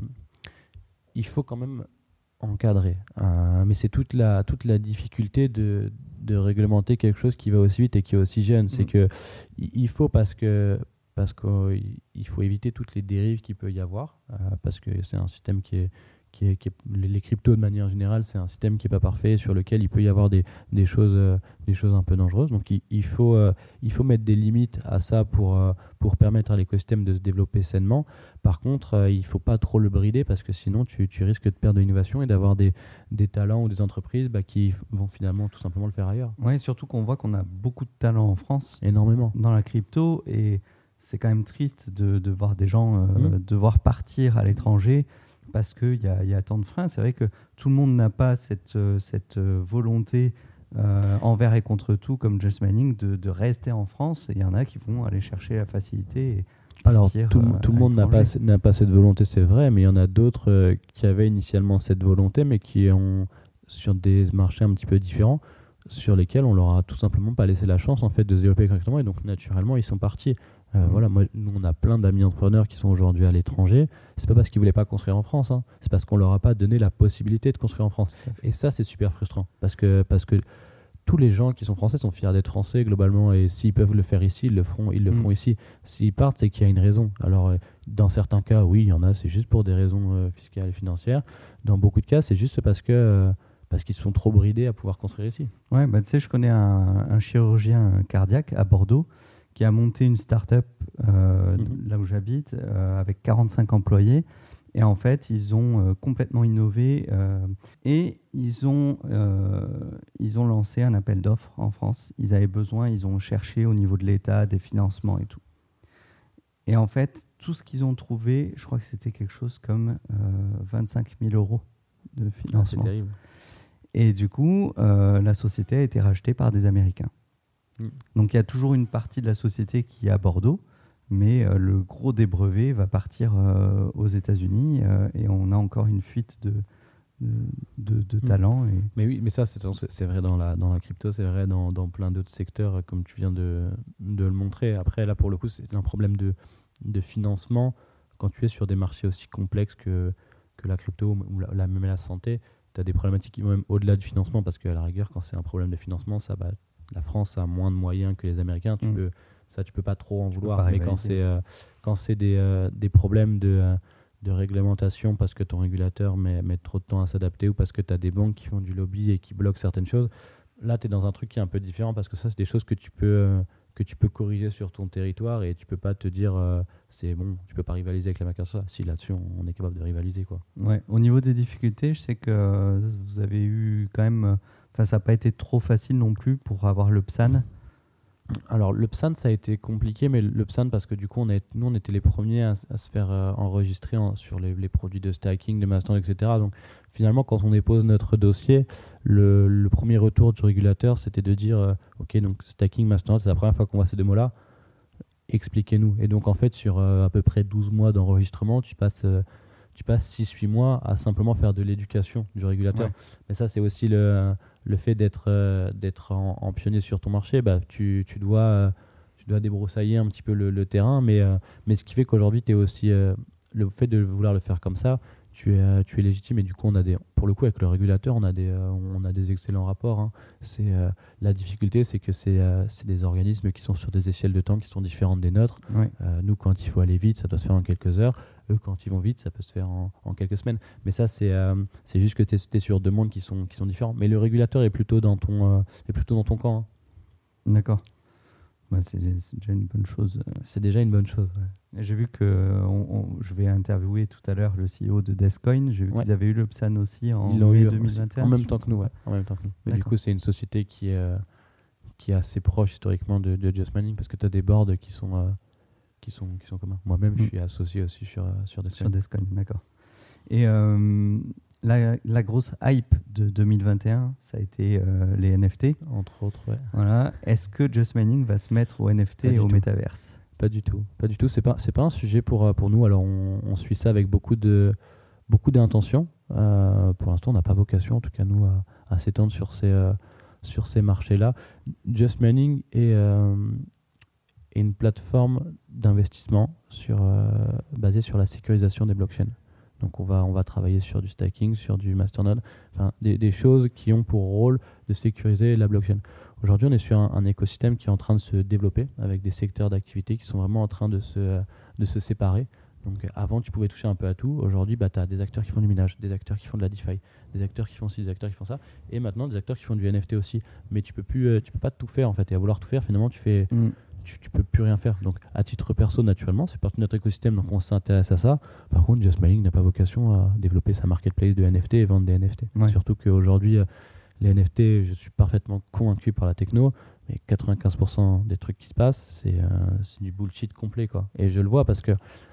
il faut quand même encadrer. Euh, mais c'est toute la, toute la difficulté de, de réglementer quelque chose qui va aussi vite et qui est aussi jeune. C'est Mm. que il il faut parce que parce qu'il il faut éviter toutes les dérives qu'il peut y avoir euh, parce que c'est un système qui est qui est, qui est- les, les cryptos de manière générale, c'est un système qui est pas parfait sur lequel il peut y avoir des, des choses euh, des choses un peu dangereuses. Donc il, il faut euh, il faut mettre des limites à ça pour euh, pour permettre à l'écosystème de se développer sainement. Par contre, euh, il ne faut pas trop le brider parce que sinon tu, tu risques de perdre de l'innovation et d'avoir des, des talents ou des entreprises bah, qui f- vont finalement tout simplement le faire ailleurs. Ouais, surtout qu'on voit qu'on a beaucoup de talent en France Énormément. dans la crypto et c'est quand même triste de, de voir des gens euh, Mm. devoir partir à l'étranger parce qu'il y a, il y a tant de freins. C'est vrai que tout le monde n'a pas cette, euh, cette euh, volonté euh, envers et contre tout, comme Just Mining, de, de rester en France. Et il y en a qui vont aller chercher la facilité et Alors, partir, tout, le- euh, tout le à monde n'a pas, l'étranger. n'a pas cette volonté, c'est vrai, mais il y en a d'autres euh, qui avaient initialement cette volonté, mais qui ont, sur des marchés un petit peu différents, sur lesquels on leur a tout simplement pas laissé la chance en fait, de se développer correctement, et donc naturellement, ils sont partis. Euh, Mhm. Voilà, moi, nous, on a plein d'amis entrepreneurs qui sont aujourd'hui à l'étranger. C'est pas parce qu'ils voulaient pas construire en France, hein, c'est parce qu'on leur a pas donné la possibilité de construire en France. Tout à fait. Et ça, c'est super frustrant, parce que, parce que tous les gens qui sont français sont fiers d'être français globalement, et s'ils peuvent le faire ici, ils le feront, ils le Mm. feront ici. S'ils partent, c'est qu'il y a une raison. Alors, euh, dans certains cas, oui, il y en a, c'est juste pour des raisons euh, fiscales et financières. Dans beaucoup de cas, c'est juste parce que euh, parce qu'ils sont trop bridés à pouvoir construire ici. Ouais, bah, tu sais, je connais un, un chirurgien cardiaque à Bordeaux qui a monté une start-up euh, Mhm. là où j'habite euh, avec quarante-cinq employés. Et en fait, ils ont euh, complètement innové euh, et ils ont, euh, ils ont lancé un appel d'offres en France. Ils avaient besoin, ils ont cherché au niveau de l'État des financements et tout. Et en fait, tout ce qu'ils ont trouvé, je crois que c'était quelque chose comme euh, vingt-cinq mille euros de Ah, c'est financement. terrible. Et du coup, euh, la société a été rachetée par des Américains. Mm. Donc il y a toujours une partie de la société qui est à Bordeaux, mais euh, le gros des brevets va partir euh, aux États-Unis euh, et on a encore une fuite de, de, de, de Mm. talents. Et... Mais oui, mais ça, c'est, c'est vrai dans la, dans la crypto, c'est vrai dans, dans plein d'autres secteurs, euh, comme tu viens de, de le montrer. Après, là, pour le coup, c'est un problème de, de financement. Quand tu es sur des marchés aussi complexes que, que la crypto ou la, la- même la santé, tu as des problématiques qui vont même au-delà du financement, parce qu'à la rigueur, quand c'est un problème de financement, ça, bah, la France a moins de moyens que les Américains. Tu Mm. peux, ça, tu peux pas trop en Tu peux vouloir. pas Mais quand rivaliser. c'est, euh, quand c'est des, euh, des problèmes de... euh, de réglementation parce que ton régulateur met, met trop de temps à s'adapter ou parce que tu as des banques qui font du lobby et qui bloquent certaines choses, là tu es dans un truc qui est un peu différent parce que ça c'est des choses que tu peux, euh, que tu peux corriger sur ton territoire et tu peux pas te dire euh, c'est bon, tu peux pas rivaliser avec la Microsoft. Si là-dessus on, on est capable de rivaliser quoi. Ouais. Au niveau des difficultés, je sais que euh, vous avez eu quand même... Enfin, ça n'a pas été trop facile non plus pour avoir le P S A N. Alors le P S A N ça a été compliqué, mais le P S A N parce que du coup on est, nous on était les premiers à, à se faire euh, enregistrer en- sur les, les produits de staking, de Mastodon, et cetera. Donc finalement quand on dépose notre dossier, le, le premier retour du régulateur c'était de dire euh, ok donc stacking, Mastodon c'est la première fois qu'on voit ces deux mots-là, expliquez-nous. Et donc en fait sur euh, à peu près douze mois d'enregistrement, tu passes, euh, tu passes six huit mois à simplement faire de l'éducation du régulateur. Ouais. Mais ça c'est aussi le... le fait d'être euh, d'être en, en pionnier sur ton marché, bah, tu, tu, dois, euh, tu dois débroussailler un petit peu le, le terrain, mais, euh, mais ce qui fait qu'aujourd'hui, tu es aussi, euh, le fait de vouloir le faire comme ça, tu es, tu es légitime. Et du coup, on a des, pour le coup, avec le régulateur, on a des, euh, on a des excellents rapports. Hein. C'est, euh, la difficulté, c'est que c'est, euh, c'est des organismes qui sont sur des échelles de temps qui sont différentes des nôtres. Ouais. Euh, nous, quand il faut aller vite, ça doit se faire en quelques heures. Eux, quand ils vont vite, ça peut se faire en, en quelques semaines. Mais ça, c'est, euh, c'est juste que tu es sur deux mondes qui sont, qui sont différents. Mais le régulateur est plutôt dans ton, euh, est plutôt dans ton camp. Hein. D'accord. Ouais, c'est, c'est déjà une bonne chose. C'est déjà une bonne chose. Ouais. J'ai vu que on, on, je vais interviewer tout à l'heure le C E O de Descoin. J'ai vu ouais. qu'ils avaient eu le P S A N aussi en Ils l'ont eu deux mille vingt et un. En même temps que nous, ouais. En même temps que nous. Mais du coup, c'est une société qui est, euh, qui est assez proche historiquement de, de Just Mining parce que tu as des boards qui sont, euh, qui sont, qui sont communs. Moi-même, mm. je suis associé aussi sur, euh, sur Descoin. Sur Descoin, d'accord. Et euh, la, la grosse hype de deux mille vingt et un, ça a été euh, les N F T. Entre autres, ouais. Voilà. Est-ce que Just Mining va se mettre au N F T et au métaverse ? Pas du tout. Pas du tout. C'est pas, c'est pas un sujet pour, pour nous. Alors, on, on suit ça avec beaucoup, de, beaucoup d'intention. Euh, pour l'instant, on n'a pas vocation, en tout cas, nous, à, à s'étendre sur ces, euh, sur ces marchés-là. Just Mining est, euh, est une plateforme d'investissement sur, euh, basée sur la sécurisation des blockchains. Donc on va, on va travailler sur du stacking, sur du masternode, enfin, des, des choses qui ont pour rôle de sécuriser la blockchain. Aujourd'hui, on est sur un, un écosystème qui est en train de se développer avec des secteurs d'activité qui sont vraiment en train de se, de se séparer. Donc avant, tu pouvais toucher un peu à tout. Aujourd'hui, bah, tu as des acteurs qui font du minage, des acteurs qui font de la DeFi, des acteurs qui font ci, des acteurs qui font ça, et maintenant des acteurs qui font du N F T aussi. Mais tu peux plus, euh, tu peux pas tout faire en fait. Et à vouloir tout faire, finalement, tu fais... Mm. Tu, tu peux plus rien faire. Donc, à titre perso, naturellement, c'est partie de notre écosystème, donc on s'intéresse à ça. Par contre, Just Mining n'a pas vocation à développer sa marketplace de N F T et vendre des N F T. Ouais. Surtout qu'aujourd'hui, les N F T, je suis parfaitement convaincu par la techno, mais quatre-vingt-quinze pour cent des trucs qui se passent, c'est, euh, c'est du bullshit complet, quoi. Et je le vois parce que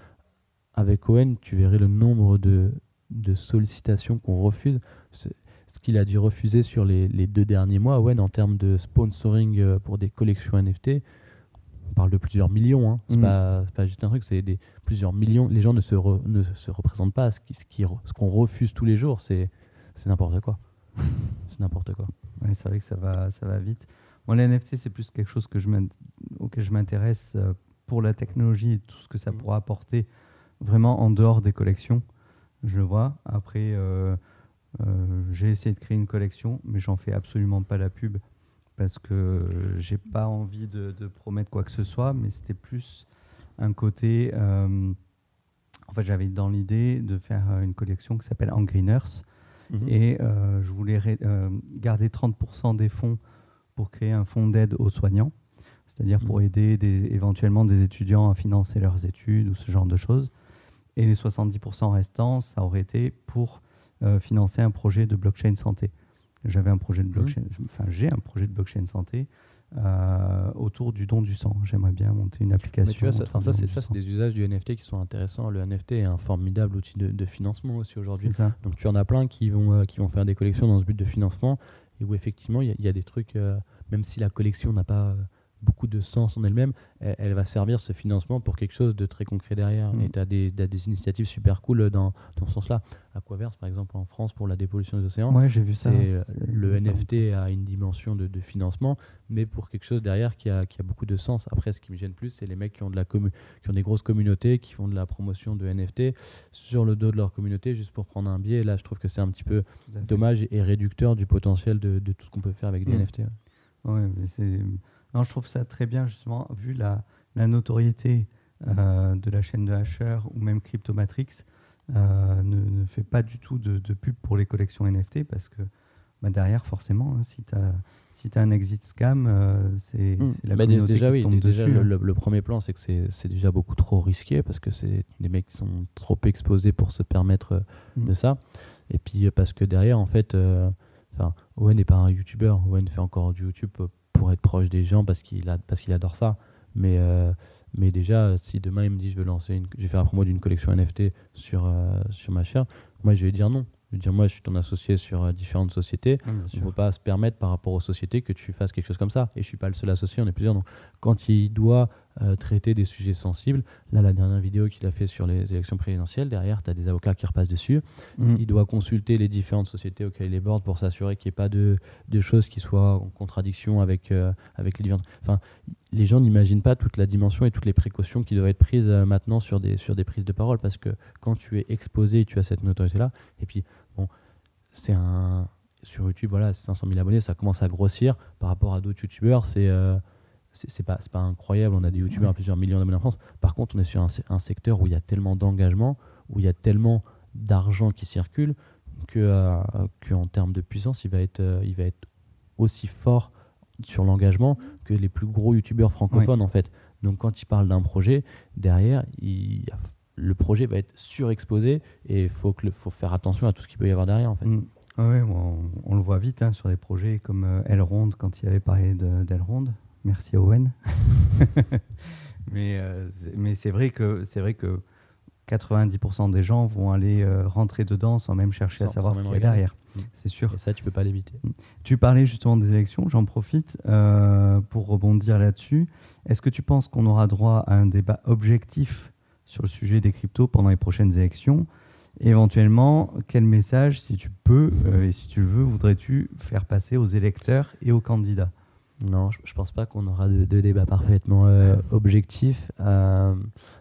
avec Owen, tu verrais le nombre de, de sollicitations qu'on refuse. C'est, ce qu'il a dû refuser sur les, les deux derniers mois, Owen, en termes de sponsoring pour des collections N F T. On parle de plusieurs millions, hein. c'est, mmh. pas, c'est pas juste un truc, c'est des plusieurs millions. Les gens ne se, re, ne se représentent pas. Ce, qui, ce, qui, ce qu'on refuse tous les jours, c'est, c'est n'importe quoi. c'est n'importe quoi. Ouais, c'est vrai que ça va, ça va vite. Moi, les N F T, c'est plus quelque chose que je auquel je m'intéresse euh, pour la technologie et tout ce que ça mmh. pourra apporter vraiment en dehors des collections. Je le vois. Après, euh, euh, j'ai essayé de créer une collection, mais j'en fais absolument pas la pub. Parce que j'ai pas envie de, de promettre quoi que ce soit, mais c'était plus un côté... Euh, en fait, j'avais dans l'idée de faire une collection qui s'appelle Angry Nurse, mmh. et euh, je voulais ré, euh, garder trente pour cent des fonds pour créer un fonds d'aide aux soignants, c'est-à-dire mmh. pour aider des, éventuellement des étudiants à financer leurs études ou ce genre de choses. Et les soixante-dix pour cent restants, ça aurait été pour euh, financer un projet de blockchain santé. J'avais un projet de blockchain, mmh. enfin j'ai un projet de blockchain santé euh, autour du don du sang. J'aimerais bien monter une application. Mais tu vois, ça, ça, c'est, ça c'est des usages du N F T qui sont intéressants. Le N F T est un formidable outil de, de financement aussi aujourd'hui. Donc tu en as plein qui vont, euh, qui vont faire des collections dans ce but de financement et où effectivement il y, y a des trucs, euh, même si la collection n'a pas euh, beaucoup de sens en elle-même, elle, elle va servir ce financement pour quelque chose de très concret derrière. Mmh. Et tu as des, des initiatives super cool dans, dans ce sens-là. Aquaverse, par exemple, en France, pour la dépollution des océans. Ouais, j'ai vu ça. C'est, c'est le N F T a une dimension de, de financement, mais pour quelque chose derrière qui a, qui a beaucoup de sens. Après, ce qui me gêne plus, c'est les mecs qui ont, de la commu- qui ont des grosses communautés, qui font de la promotion de N F T sur le dos de leur communauté, juste pour prendre un biais. Et là, je trouve que c'est un petit peu dommage et réducteur du potentiel de, de tout ce qu'on peut faire avec des mmh. N F T. Ouais, ouais mais c'est... Non, je trouve ça très bien, justement, vu la, la notoriété euh, de la chaîne de Hasher ou même Cryptomatrix, euh, ne, ne fait pas du tout de, de pub pour les collections N F T parce que bah, derrière, forcément, hein, si tu as si un exit scam, euh, c'est, mmh. c'est la bah communauté déjà, qui oui, tombe déjà, dessus. Le, le, le premier plan, c'est que c'est, c'est déjà beaucoup trop risqué parce que c'est des mecs qui sont trop exposés pour se permettre mmh. de ça. Et puis parce que derrière, en fait, euh, Owen n'est pas un YouTuber. Owen fait encore du YouTube pour être proche des gens parce qu'il, a, parce qu'il adore ça. Mais, euh, mais déjà, si demain il me dit je veux lancer une, je vais faire la promo d'une collection N F T sur, euh, sur ma chaire, moi je vais dire non. Je vais dire moi je suis ton associé sur euh, différentes sociétés. Oui, on ne peut pas se permettre par rapport aux sociétés que tu fasses quelque chose comme ça. Et je ne suis pas le seul associé, on est plusieurs. Donc, quand il doit euh, traiter des sujets sensibles. Là, la dernière vidéo qu'il a fait sur les élections présidentielles, derrière, tu as des avocats qui repassent dessus. Mmh. Il doit consulter les différentes sociétés auxquelles il board pour s'assurer qu'il n'y ait pas de, de choses qui soient en contradiction avec, euh, avec les différentes... Enfin, les gens n'imaginent pas toute la dimension et toutes les précautions qui doivent être prises euh, maintenant sur des, sur des prises de parole, parce que quand tu es exposé, tu as cette notoriété-là, et puis, bon, c'est un... Sur YouTube, voilà, c'est cinq cent mille abonnés, ça commence à grossir par rapport à d'autres youtubeurs, c'est... Euh, C'est, c'est, pas, c'est pas incroyable, on a des youtubeurs à plusieurs millions d'abonnés en France. Par contre, on est sur un, un secteur où il y a tellement d'engagement, où il y a tellement d'argent qui circule, que, euh, qu'en termes de puissance, il va, être, euh, il va être aussi fort sur l'engagement que les plus gros youtubeurs francophones, oui. en fait. Donc quand il parle d'un projet, derrière, il, le projet va être surexposé et il faut, faut faire attention à tout ce qu'il peut y avoir derrière, en fait. Mmh. Oui, on, on le voit vite hein, sur des projets comme euh, Elrond, quand il avait parlé de, d'Elrond. Merci Owen. mais, euh, c'est, mais c'est vrai que c'est vrai que quatre-vingt-dix pour cent des gens vont aller euh, rentrer dedans sans même chercher sans, à savoir ce qu'il y a derrière. Mmh. C'est sûr. Et ça, tu peux pas l'éviter. Mmh. Tu parlais justement des élections, j'en profite euh, pour rebondir là-dessus. Est-ce que tu penses qu'on aura droit à un débat objectif sur le sujet des cryptos pendant les prochaines élections ? Et éventuellement, quel message, si tu peux euh, et si tu le veux, voudrais-tu faire passer aux électeurs et aux candidats ? Non, je ne pense pas qu'on aura de, de débat parfaitement euh, objectif. Euh,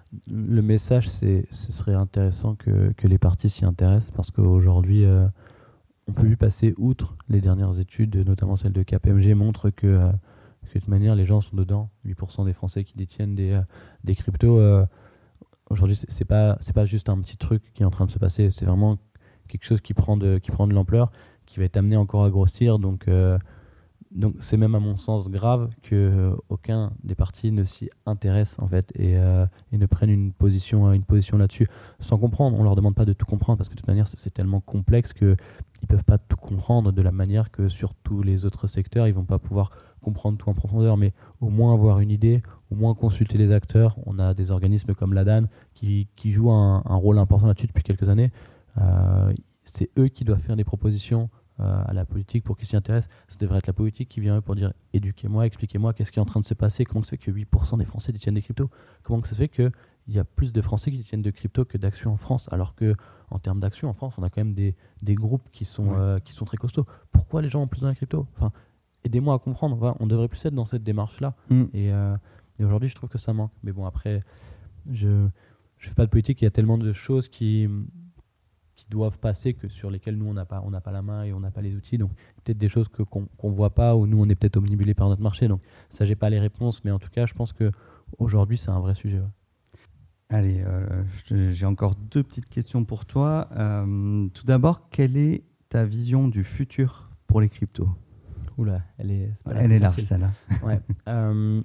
le message, c'est, ce serait intéressant que, que les partis s'y intéressent parce qu'aujourd'hui, euh, on peut lui passer outre. Les dernières études, notamment celle de K P M G, montrent que, euh, que de toute manière, les gens sont dedans. huit pour cent des Français qui détiennent des, euh, des cryptos. Euh, aujourd'hui, ce n'est pas, c'est pas juste un petit truc qui est en train de se passer. C'est vraiment quelque chose qui prend de, qui prend de l'ampleur, qui va être amené encore à grossir. Donc... Euh, Donc c'est même à mon sens grave qu'aucun euh, des partis ne s'y intéresse en fait et, euh, et ne prenne une position, une position là-dessus sans comprendre. On ne leur demande pas de tout comprendre parce que de toute manière c'est, c'est tellement complexe qu'ils ne peuvent pas tout comprendre de la manière que sur tous les autres secteurs ils ne vont pas pouvoir comprendre tout en profondeur, mais au moins avoir une idée, au moins consulter les acteurs. On a des organismes comme l'A D A N qui, qui jouent un, un rôle important là-dessus depuis quelques années. Euh, c'est eux qui doivent faire des propositions à la politique pour qu'ils s'y intéressent. Ça devrait être la politique qui vient pour dire éduquez-moi, expliquez-moi qu'est-ce qui est en train de se passer, comment ça se fait que huit pour cent des Français détiennent des cryptos, comment ça se fait qu'il y a plus de Français qui détiennent de cryptos que d'actions en France, alors qu'en termes d'actions en France, on a quand même des, des groupes qui sont, ouais. euh, qui sont très costauds. Pourquoi les gens ont plus dans la crypto ? Enfin, aidez-moi à comprendre. Voilà, on devrait plus être dans cette démarche-là. Mm. Et, euh, et aujourd'hui, je trouve que ça manque. Mais bon, après, je ne fais pas de politique, il y a tellement de choses qui... qui doivent passer, que sur lesquelles nous on n'a pas, on n'a pas la main et on n'a pas les outils, donc peut-être des choses que, qu'on qu'on voit pas, ou nous on est peut-être omnibulés par notre marché, donc ça j'ai pas les réponses, mais en tout cas je pense qu'aujourd'hui c'est un vrai sujet. Ouais. Allez, euh, je, j'ai encore deux petites questions pour toi. Euh, tout d'abord, quelle est ta vision du futur pour les cryptos ? Oula, elle est, c'est pas elle est large celle-là. Ouais. euh,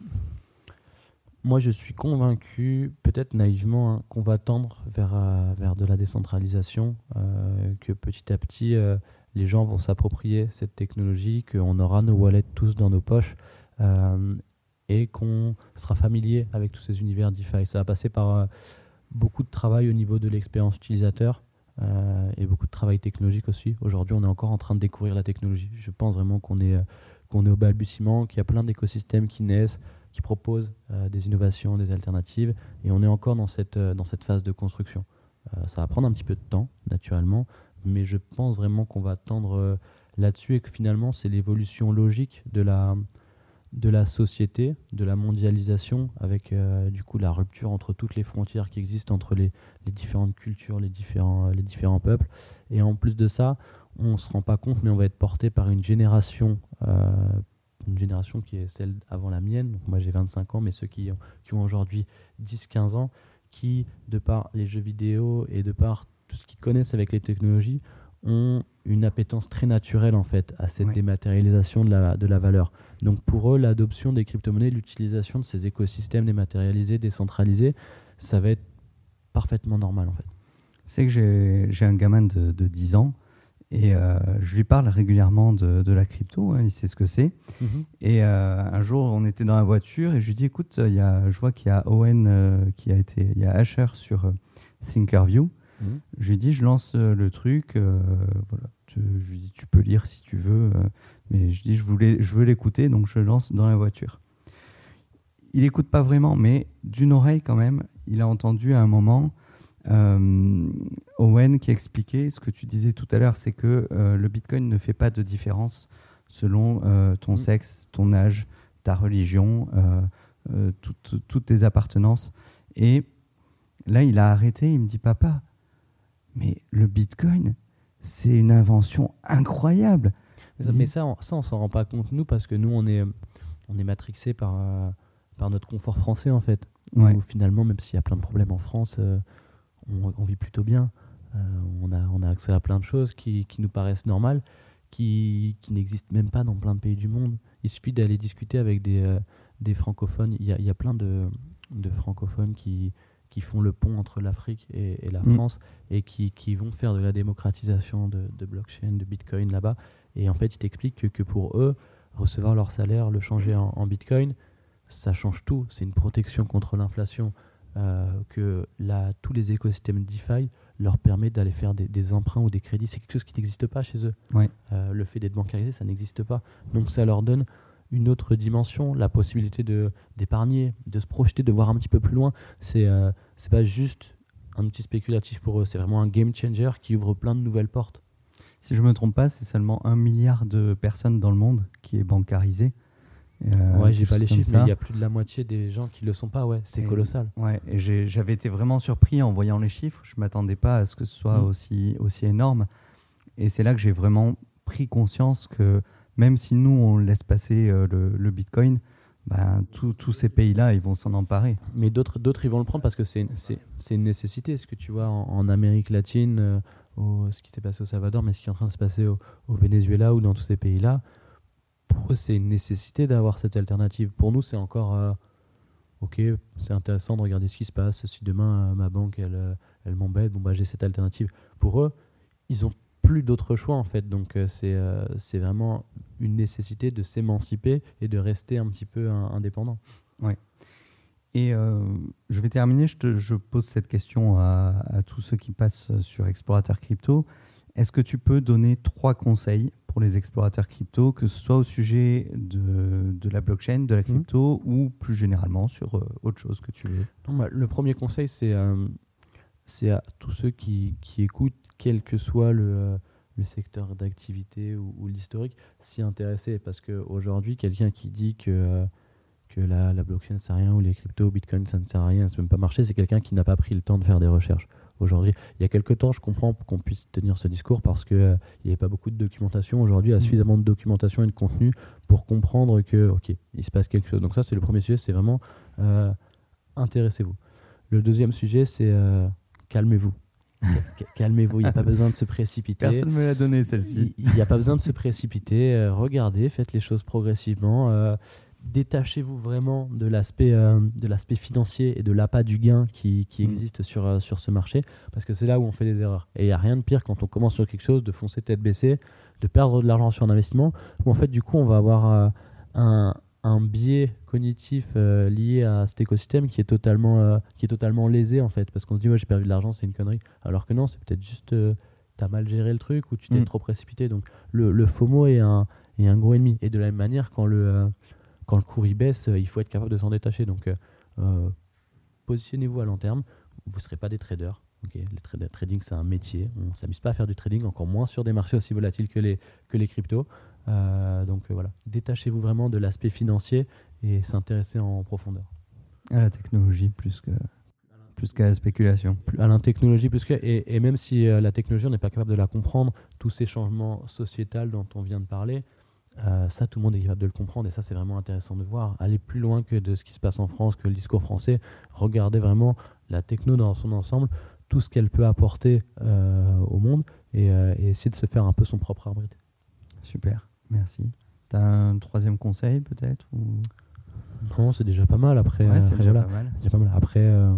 Moi, je suis convaincu, peut-être naïvement, hein, qu'on va tendre vers, euh, vers de la décentralisation, euh, que petit à petit, euh, les gens vont s'approprier cette technologie, qu'on aura nos wallets tous dans nos poches euh, et qu'on sera familier avec tous ces univers DeFi. Ça va passer par euh, beaucoup de travail au niveau de l'expérience utilisateur euh, et beaucoup de travail technologique aussi. Aujourd'hui, on est encore en train de découvrir la technologie. Je pense vraiment qu'on est, euh, qu'on est au balbutiement, qu'il y a plein d'écosystèmes qui naissent, qui proposent euh, des innovations, des alternatives, et on est encore dans cette, euh, dans cette phase de construction. Euh, ça va prendre un petit peu de temps, naturellement, mais je pense vraiment qu'on va tendre euh, là-dessus et que finalement, c'est l'évolution logique de la, de la société, de la mondialisation, avec euh, du coup la rupture entre toutes les frontières qui existent entre les, les différentes cultures, les différents, les différents peuples. Et en plus de ça, on ne se rend pas compte, mais on va être porté par une génération euh, une génération qui est celle avant la mienne, donc moi j'ai vingt-cinq ans, mais ceux qui ont, qui ont aujourd'hui dix quinze ans, qui, de par les jeux vidéo et de par tout ce qu'ils connaissent avec les technologies, ont une appétence très naturelle en fait à cette ouais. dématérialisation de la, de la valeur. Donc pour eux, l'adoption des crypto-monnaies, l'utilisation de ces écosystèmes dématérialisés, décentralisés, ça va être parfaitement normal en fait. C'est que j'ai, j'ai un gamin de, de dix ans, et euh, je lui parle régulièrement de, de la crypto, hein, il sait ce que c'est. Mmh. Et euh, un jour, on était dans la voiture et je lui dis, écoute, y a, je vois qu'il y a Owen euh, qui a été, il y a Asher sur euh, Thinkerview. Mmh. Je lui dis, je lance euh, le truc, euh, voilà. Tu, je lui dis, tu peux lire si tu veux, euh, mais je dis, je voulais, je veux l'écouter, donc je lance dans la voiture. il écoute pas vraiment, mais d'une oreille quand même, il a entendu à un moment euh, Owen qui expliquait ce que tu disais tout à l'heure, c'est que euh, le Bitcoin ne fait pas de différence selon euh, ton mmh. sexe, ton âge, ta religion, euh, euh, tout, tout, toutes tes appartenances. Et là, il a arrêté, il me dit, papa, mais le Bitcoin, c'est une invention incroyable. Mais ça, mais ça, on, ça, on s'en rend pas compte, nous, parce que nous, on est, on est matrixés par, euh, par notre confort français, en fait. Ouais. Où finalement, même s'il y a plein de problèmes en France, euh, on, on vit plutôt bien. Euh, on, a, on a accès à plein de choses qui, qui nous paraissent normales, qui, qui n'existent même pas dans plein de pays du monde. Il suffit d'aller discuter avec des, euh, des francophones. Il y a, il y a plein de, de francophones qui, qui font le pont entre l'Afrique et, et la mmh. France et qui, qui vont faire de la démocratisation de, de blockchain, de Bitcoin là-bas. Et en fait, ils t'expliquent que, que pour eux, recevoir leur salaire, le changer en, en Bitcoin, ça change tout. C'est une protection contre l'inflation. Euh, que la, tous les écosystèmes DeFi leur permettent d'aller faire des, des emprunts ou des crédits. C'est quelque chose qui n'existe pas chez eux. Ouais. Euh, le fait d'être bancarisé, ça n'existe pas. Donc ça leur donne une autre dimension, la possibilité de, d'épargner, de se projeter, de voir un petit peu plus loin. C'est, euh, c'est pas juste un outil spéculatif pour eux, c'est vraiment un game changer qui ouvre plein de nouvelles portes. Si je ne me trompe pas, c'est seulement un milliard de personnes dans le monde qui est bancarisé. Euh, ouais, j'ai pas les chiffres, mais il y a plus de la moitié des gens qui le sont pas. Ouais, c'est et, colossal. Ouais, et j'ai, j'avais été vraiment surpris en voyant les chiffres. Je m'attendais pas à ce que ce soit mmh. aussi aussi énorme. Et c'est là que j'ai vraiment pris conscience que même si nous on laisse passer euh, le, le Bitcoin, ben tous ces pays-là ils vont s'en emparer. Mais d'autres d'autres ils vont le prendre parce que c'est c'est c'est une nécessité. Ce que tu vois en, en Amérique latine, euh, au, ce qui s'est passé au Salvador, mais ce qui est en train de se passer au, au Venezuela ou dans tous ces pays-là. Pour eux, c'est une nécessité d'avoir cette alternative. Pour nous, c'est encore euh, ok, c'est intéressant de regarder ce qui se passe. Si demain euh, ma banque elle, euh, elle m'embête, bon bah j'ai cette alternative. Pour eux, ils ont plus d'autre choix en fait. Donc euh, c'est euh, c'est vraiment une nécessité de s'émanciper et de rester un petit peu un, indépendant. Ouais. Et euh, je vais terminer. Je, te, je pose cette question à, à tous ceux qui passent sur Explorateur Crypto. Est-ce que tu peux donner trois conseils pour les explorateurs crypto, que ce soit au sujet de, de la blockchain, de la crypto, mmh. ou plus généralement sur euh, autre chose que tu veux? Non, bah, le premier conseil, c'est, euh, c'est à tous ceux qui, qui écoutent, quel que soit le, euh, le secteur d'activité ou, ou l'historique, s'y intéresser. Parce qu'aujourd'hui, quelqu'un qui dit que, euh, que la, la blockchain ne sert à rien, ou les cryptos, Bitcoin, ça ne sert à rien, ça ne peut même pas marcher, c'est quelqu'un qui n'a pas pris le temps de faire des recherches. Aujourd'hui, il y a quelques temps, je comprends qu'on puisse tenir ce discours parce qu'il euh, n'y avait pas beaucoup de documentation. Aujourd'hui, il y a suffisamment de documentation et de contenu pour comprendre que, ok, il se passe quelque chose. Donc ça, c'est le premier sujet, c'est vraiment euh, intéressez-vous. Le deuxième sujet, c'est euh, calmez-vous. Calmez-vous, il n'y a pas besoin de se précipiter. Personne ne me l'a donné, celle-ci. Il n'y a pas besoin de se précipiter. Euh, regardez, faites les choses progressivement. Euh, détachez-vous vraiment de l'aspect, euh, de l'aspect financier et de l'appât du gain qui, qui mmh. existe sur, euh, sur ce marché, parce que c'est là où on fait des erreurs. Et il n'y a rien de pire quand on commence sur quelque chose, de foncer tête baissée, de perdre de l'argent sur un investissement, où en fait du coup on va avoir euh, un, un biais cognitif euh, lié à cet écosystème qui est totalement, euh, qui est totalement lésé en fait, parce qu'on se dit ouais j'ai perdu de l'argent, c'est une connerie, alors que non, c'est peut-être juste euh, t'as mal géré le truc ou tu t'es mmh. trop précipité. Donc le, le FOMO est un, est un gros ennemi. Et de la même manière, quand le... Euh, Quand le cours il baisse, il faut être capable de s'en détacher. Donc, euh, positionnez-vous à long terme. Vous ne serez pas des traders. Okay, le tra- trading, c'est un métier. On ne s'amuse pas à faire du trading, encore moins sur des marchés aussi volatiles que les, que les cryptos. Euh, donc, euh, voilà. Détachez-vous vraiment de l'aspect financier et s'intéresser en profondeur. À la technologie plus, que, plus qu'à la spéculation. À la technologie plus que... Et, et même si euh, la technologie, on n'est pas capable de la comprendre, tous ces changements sociétals dont on vient de parler, Euh, ça, tout le monde est capable de le comprendre et ça, c'est vraiment intéressant de voir. Aller plus loin que de ce qui se passe en France, que le discours français. Regardez vraiment la techno dans son ensemble, tout ce qu'elle peut apporter euh, au monde et, euh, et essayer de se faire un peu son propre arbitre. Super, merci. Tu as un troisième conseil peut-être ou... Non, c'est déjà pas mal. Après, ouais, c'est après, déjà voilà, pas mal. déjà pas mal. Après euh,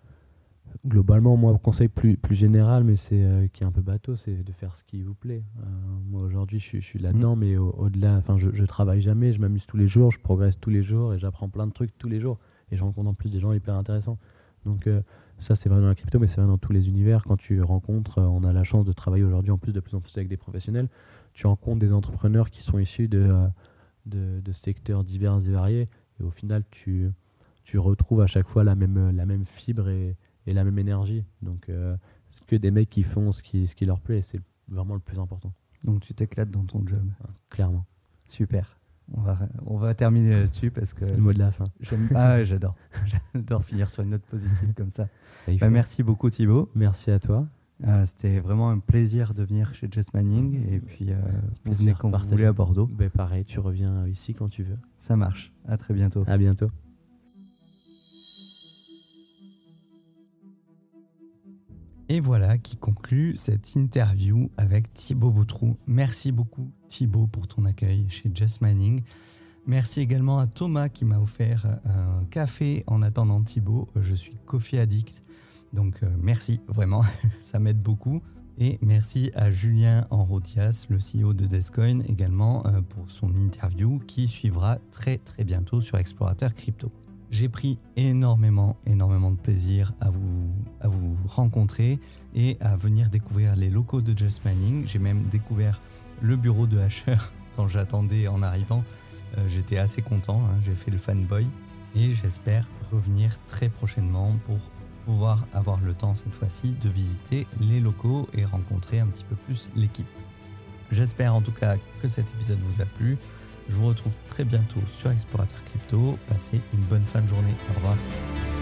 globalement, moi, conseil plus, plus général, mais c'est euh, qui est un peu bateau, c'est de faire ce qui vous plaît. Euh, moi, aujourd'hui, je, je suis là-dedans, mmh. mais au, au-delà, enfin, je, je travaille jamais, je m'amuse tous les jours, je progresse tous les jours et j'apprends plein de trucs tous les jours. Et je rencontre en plus des gens hyper intéressants. Donc, euh, ça, c'est vrai dans la crypto, mais c'est vrai dans tous les univers. Quand tu rencontres, euh, on a la chance de travailler aujourd'hui en plus de plus en plus avec des professionnels. Tu rencontres des entrepreneurs qui sont issus de, euh, de, de secteurs divers et variés. Et au final, tu... tu retrouves à chaque fois la même, la même fibre et, et la même énergie. Donc, euh, c'est que des mecs qui font ce qui, ce qui leur plaît, c'est vraiment le plus important. Donc, tu t'éclates dans ton job. Ouais, clairement. Super. On va, on va terminer là-dessus parce que... C'est le mot de la fin. J'aime... Ah ouais, j'adore. J'adore finir sur une note positive comme ça. Bah, faut... Merci beaucoup, Thibaut. Merci à toi. Euh, c'était vraiment un plaisir de venir chez Just Manning. Et puis, euh, vous venez quand vous voulez à Bordeaux. Bah, pareil, tu reviens ici quand tu veux. Ça marche. À très bientôt. À bientôt. Et voilà qui conclut cette interview avec Thibaut Boutroux. Merci beaucoup Thibaut pour ton accueil chez Just Manning. Merci également à Thomas qui m'a offert un café en attendant Thibaut. Je suis coffee addict, donc euh, merci vraiment, ça m'aide beaucoup. Et merci à Julien Enrotias, le C E O de Descoin également, euh, pour son interview qui suivra très très bientôt sur Explorateur Crypto. J'ai pris énormément, énormément de plaisir à vous, à vous rencontrer et à venir découvrir les locaux de Just Manning. J'ai même découvert le bureau de Hasher quand j'attendais en arrivant. Euh, j'étais assez content, hein, j'ai fait le fanboy et j'espère revenir très prochainement pour pouvoir avoir le temps cette fois-ci de visiter les locaux et rencontrer un petit peu plus l'équipe. J'espère en tout cas que cet épisode vous a plu. Je vous retrouve très bientôt sur Explorateur Crypto. Passez une bonne fin de journée. Au revoir.